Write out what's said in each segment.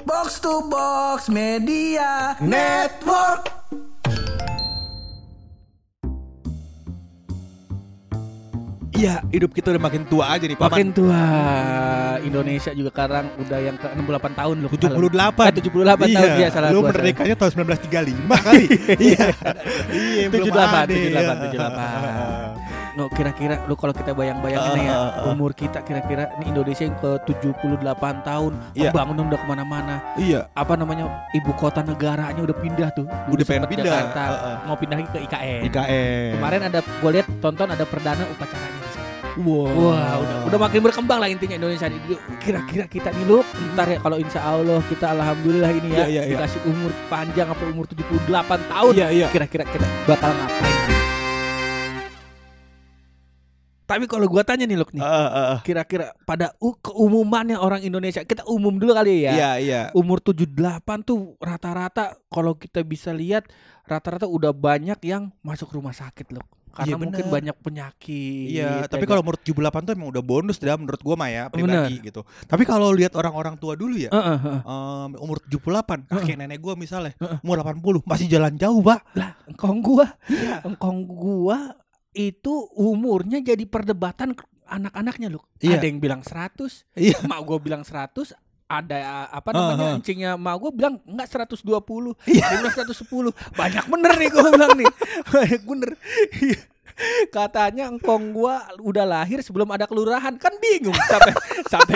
Box to Box Media Network. Iya, hidup kita udah makin tua aja nih, Paman. Makin tua. Indonesia juga sekarang udah yang ke 68 tahun loh. 78. 78 iya. tahun dia salah Lu gua. merdekanya tahun 1935 kali. Iya. Iya, belum 78, ada. 78. No, kira-kira lu kalau kita bayang-bayangin ya, umur kita kira-kira ini Indonesia yang ke 78 tahun, Iya. pembangunan udah kemana-mana. Iya. Apa namanya, ibu kota negaranya udah pindah tuh. Dulu Udah pengen sempet pindah. Jakarta, mau pindah lagi ke IKN. IKN. Kemarin ada gue lihat tonton ada perdana upacaranya di sana. Wow. Wah, udah makin berkembang lah intinya Indonesia ini. Kira-kira kita nih lu, ntar ya kalau insya Allah kita alhamdulillah ini ya Iya. dikasih umur panjang sampai umur 78 tahun. Iya. Kira-kira kita bakal ngapain? Tapi kalau gua tanya nih Luk nih, kira-kira pada keumumannya orang Indonesia, kita umum dulu kali ya. Iya. Umur 78 tuh rata-rata kalau kita bisa lihat rata-rata udah banyak yang masuk rumah sakit Luk. Karena Iya, mungkin bener. banyak penyakit. Iya, tapi ya kalau umur 78 tuh emang udah bonus dah menurut gua mah ya Bener. pribadi gitu. Tapi kalau lihat orang-orang tua dulu ya, Heeh. umur 78, kakek nenek gua misalnya, umur 80 masih jalan jauh, Pak. Lah, engkong gua itu umurnya jadi perdebatan anak-anaknya loh. Iya. Ada yang bilang 100, Iya. mak gua bilang 100, ada apa namanya encingnya mak gua bilang enggak 120, Iya. dia bilang 110. Banyak bener nih gua bilang nih. Banyak bener. Katanya engkong gua udah lahir sebelum ada kelurahan, kan bingung sampai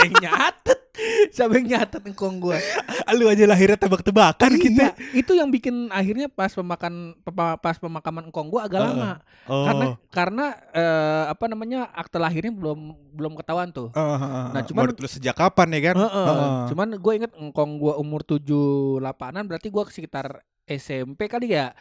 yang nyatet engkong gua. Lu aja lahirnya tebak-tebakan kita. Iya, itu yang bikin akhirnya pas pemakaman engkong gua agak lama. Karena apa namanya, akte lahirnya belum ketahuan tuh. Nah, cuman lu sejak kapan ya kan? Cuman gue inget engkong gua umur 78-an, berarti gua sekitar SMP kali ya.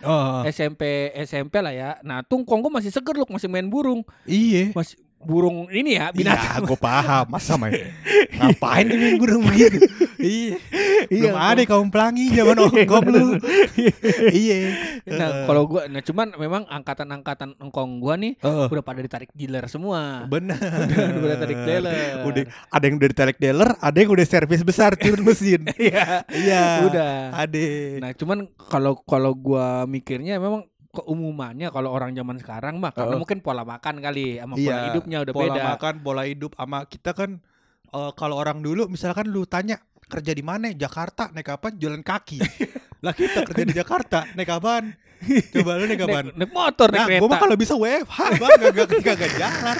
SMP lah ya. Nah, tuh engkong gua masih seger loh, masih main burung. Iya. Masih burung ini ya, binatang. Iya, gue paham. Masa main ngapain dengan burung begitu? Iya. Belum ada kaum pelangi zaman ongkong lu. Iya. Nah, kalau gua, cuman memang angkatan engkong gua nih udah pada ditarik dealer semua. Benar. Udah tarik dealer. Udah ada yang udah ditarik dealer, ada yang udah servis besar turun mesin. Iya. Udah. Ada. Nah, cuman kalau gua mikirnya memang keumumannya kalau orang zaman sekarang mah karena mungkin pola makan kali sama pola hidupnya udah pola beda. Pola makan, pola hidup sama kita kan kalau orang dulu misalkan lu tanya kerja di mana? Jakarta, naik kapan? Jalan kaki. Lah kita kerja di Jakarta, naik kapan? Coba lu naik kapan? Naik motor, naik kereta. Gua mah kalau bisa WFH, Bang, gak jalan.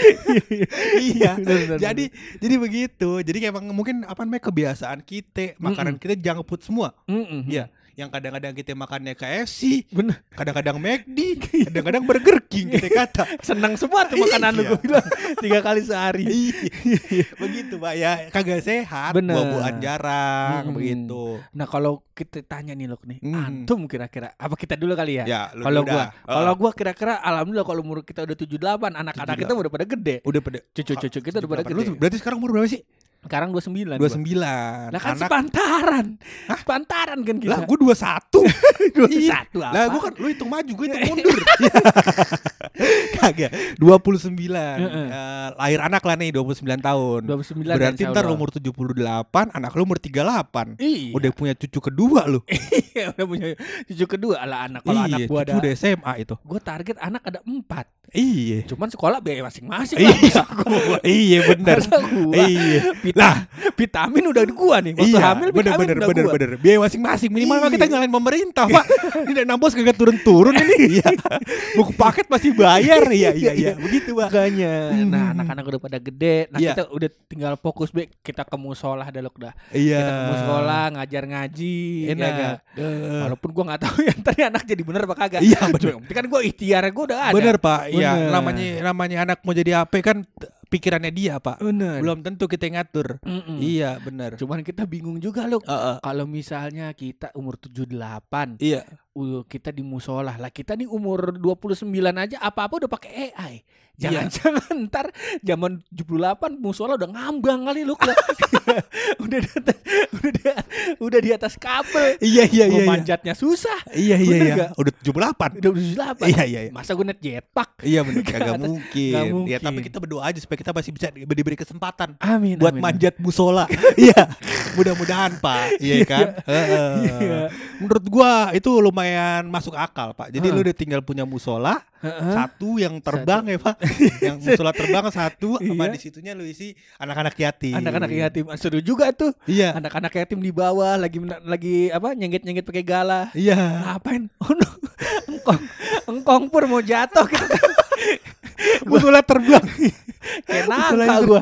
Iya. Jadi begitu. Jadi emang mungkin apa namanya kebiasaan kita, makanan kita junk food semua. Iya. Yang kadang-kadang kita makannya KFC, bener. Kadang-kadang McD, kadang-kadang Burger King kita kata. Senang semua tuh makanan lu, gue bilang 3 kali sehari. Begitu Pak ya, kagak sehat, bener. buah-buahan jarang begitu. Nah, kalau kita tanya nih Luk nih, antum kira-kira apa kita dulu kali ya? Ya, kalau gua kira-kira alhamdulillah kalau umur kita udah 78, anak-anak kita udah pada gede. Udah pada cucu-cucu kita udah pada gede. Lu berarti sekarang umur berapa sih? Sekarang 29. 29. Lah kan sepantaran. Sepantaran kan kita. Lah gua 21. 21 apa? Lah gua kan lu hitung maju, gua hitung mundur. Kagak. 29. Lahir anak lah nih 29 tahun. 29. Berarti ntar umur 78, anak lu umur 38. Iya. Udah punya cucu kedua lu. Iya, udah punya cucu kedua lah anak. Kalau anak gua cucu udah SMA itu. Gua target anak ada 4. Iya. Cuman sekolah biaya masing-masing. Iya benar. Iya. Lah, vitamin udah di gua nih. Waktu hamil vitamin bener. Biaya masing-masing minimal kita nyalain pemerintah, Pak. Tidak nambos kagak turun-turun ini. Iya. Buku paket masih bayar. Iya. Begitu, Pak. Makanya. Nah, anak-anak udah pada gede. Nah, kita udah tinggal fokus kita ke musola dah Luk dah. Iya. Kita ke musola, ngajar ngaji. Enak. Walaupun gua enggak tahu ya tadi anak jadi bener apa kagak. Iya, bener. Kan gua ikhtiar gua udah ada. Bener, Pak. Iya, namanya anak mau jadi apa kan pikirannya dia, Pak. Bener. Belum tentu kita ngatur. Iya, bener. Cuman kita bingung juga Luk. Kalau misalnya kita umur 78. Iya. Kita di musola lah, kita nih umur 29 aja apa-apa udah pakai AI. Jangan-jangan ntar zaman 78 musola udah ngambang kali Luk. udah di atas kabel. Iya. Mau manjatnya susah. Iya. Bener gak? Udah 78. Udah 78. Iya. Masa gue net jetpack? Iya benar, kagak Nggak mungkin. mungkin. Ya tapi kita berdoa aja supaya kita masih bisa diberi kesempatan Amin. buat manjat musola. Iya. Mudah-mudahan, Pak. Iya kan? Iya. Menurut gua itu lumayan masuk akal, Pak. Jadi lu udah tinggal punya musola, satu yang terbang ya, Pak. Yang musola terbang satu, sama di situnya lu isi anak-anak yatim. Anak-anak yatim seru juga tuh. Iya. Anak-anak yatim di bawah lagi apa nyengget-nyengget pakai gala. Iya. Ngapain? Oh no. Engkong pur mau jatuh gitu kan. Musola terbang. Kayak nangka gua.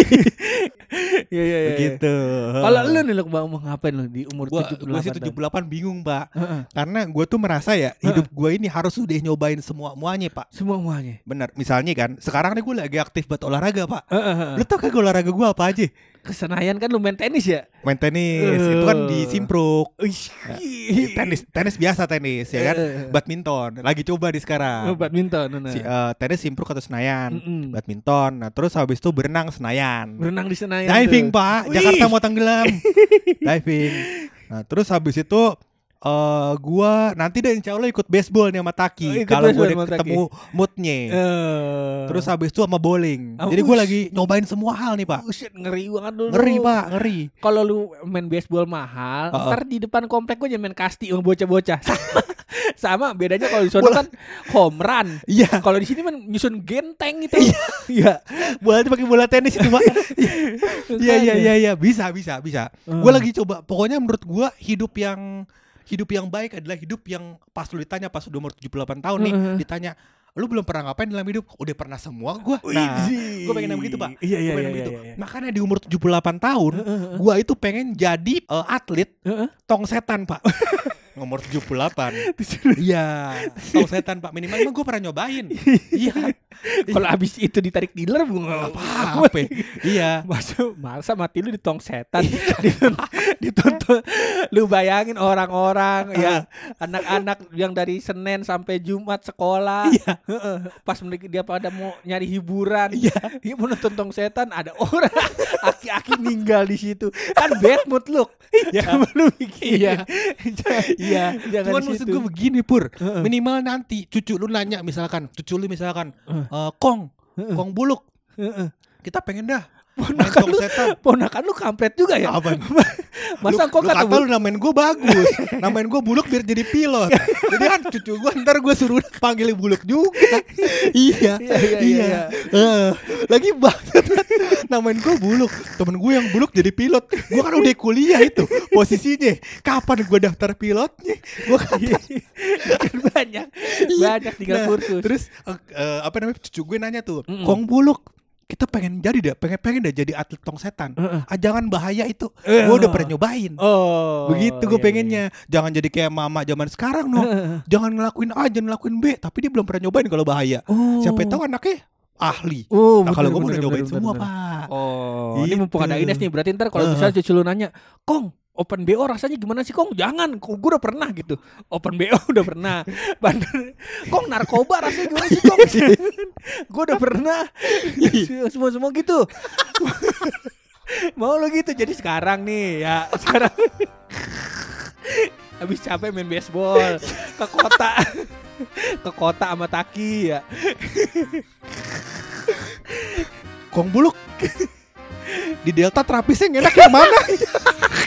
Iya. Begitu. Kalau lu nih lu mau ngapain lu di umur Gua 78 sih 78 bingung, Pak. Heeh. Karena gua tuh merasa ya hidup gua ini harus udah nyobain semuanya, Pak. Semuanya. Bener. Misalnya kan, sekarang nih gue lagi aktif buat olahraga, Pak. Heeh. Lu tau kagak olahraga gue apa aja? Ke Senayan kan lu main tenis ya? Main tenis, itu kan di Simpruk. Wih. Tenis biasa tenis ya kan. Badminton, lagi coba di sekarang. Badminton. Tenis Simpruk atau Senayan. Mm-mm. Badminton. Nah terus habis itu berenang Senayan. Berenang di Senayan. Diving tuh. Pak, Wih. Jakarta mau tenggelam. Diving. Nah terus habis itu gua nanti deh insya Allah ikut baseball nih sama Taki. Kalau gue ketemu moodnya. Terus habis itu sama bowling. Jadi gue lagi nyobain semua hal nih, Pak. Ngeri banget dulu. Ngeri, Pak, ngeri. Kalau lu main baseball mahal, ntar di depan komplek gue jangan main kasti sama bocah-bocah. Sama bedanya kalau di sana kan home run. Iya. Kalau di sini kan nyusun genteng gitu. Iya. Bola pakai bola tenis itu, Pak. Iya. Bisa. Gue lagi coba. Pokoknya menurut gue hidup yang baik adalah hidup yang pas lu ditanya pas udah umur 78 tahun nih, ditanya lu belum pernah ngapain dalam hidup? Udah pernah semua gue. Nah, gue pengen begitu, Pak. Iya. Makanya di umur 78 tahun, gue itu pengen jadi atlet tong setan, Pak. Nomor 78. Iya, tong setan, Pak. Minimal gue pernah nyobain. Iya. Kalau abis itu ditarik dealer gue nggak apa-apa. Iya. Masa mati lu di tong setan. Dituntut. Lu bayangin orang-orang ya, anak-anak yang dari Senin sampai Jumat sekolah. Iya. Pas mereka dia pada mau nyari hiburan. Iya. Mau nonton tong setan, ada orang aki-aki meninggal di situ. Kan bad mood lu. Iya. Lu bikin. Iya. Jangan Cuman di maksud situ. gue begini, Pur. Minimal nanti cucu lu nanya misalkan, Kong Buluk. Kita pengen dah main tong setan. Ponakan lu kampret juga ya? Apa? Masa kok kata lu namain gue bagus. Namain gue Buluk biar jadi pilot. Jadi kan cucu gue ntar gue suruh panggil Buluk juga. Iya. Lagi banget. Namain gue Buluk. Temen gue yang Buluk jadi pilot. Gue kan udah kuliah itu posisinya. Kapan gue daftar pilotnya? Gue kan banyak tinggal kursus. Terus cucu gue nanya tuh, Kong Buluk, kita pengen jadi pengen jadi atlet tong setan. Jangan bahaya itu. Gue udah pernah nyobain. Begitu gue pengennya. Jangan jadi kayak mama zaman sekarang Jangan ngelakuin A, jangan ngelakuin B, tapi dia belum pernah nyobain kalau bahaya. Siapa tahu anaknya ahli. Nah kalau gue udah nyobain semua, Pak. Ini mumpung ada Ines nih, berarti ntar kalau misalnya cucu lu nanya, Kong, Open BO rasanya gimana sih, Kong? Jangan, gue udah pernah gitu. Open BO udah pernah. Bandar, Kong, narkoba rasanya gimana sih, Kong? Gue udah pernah. Semua gitu. Mau lo gitu. Jadi sekarang nih ya, habis capek main baseball ke kota sama Taki ya. Kong Buluk, di Delta terapisnya enak yang mana?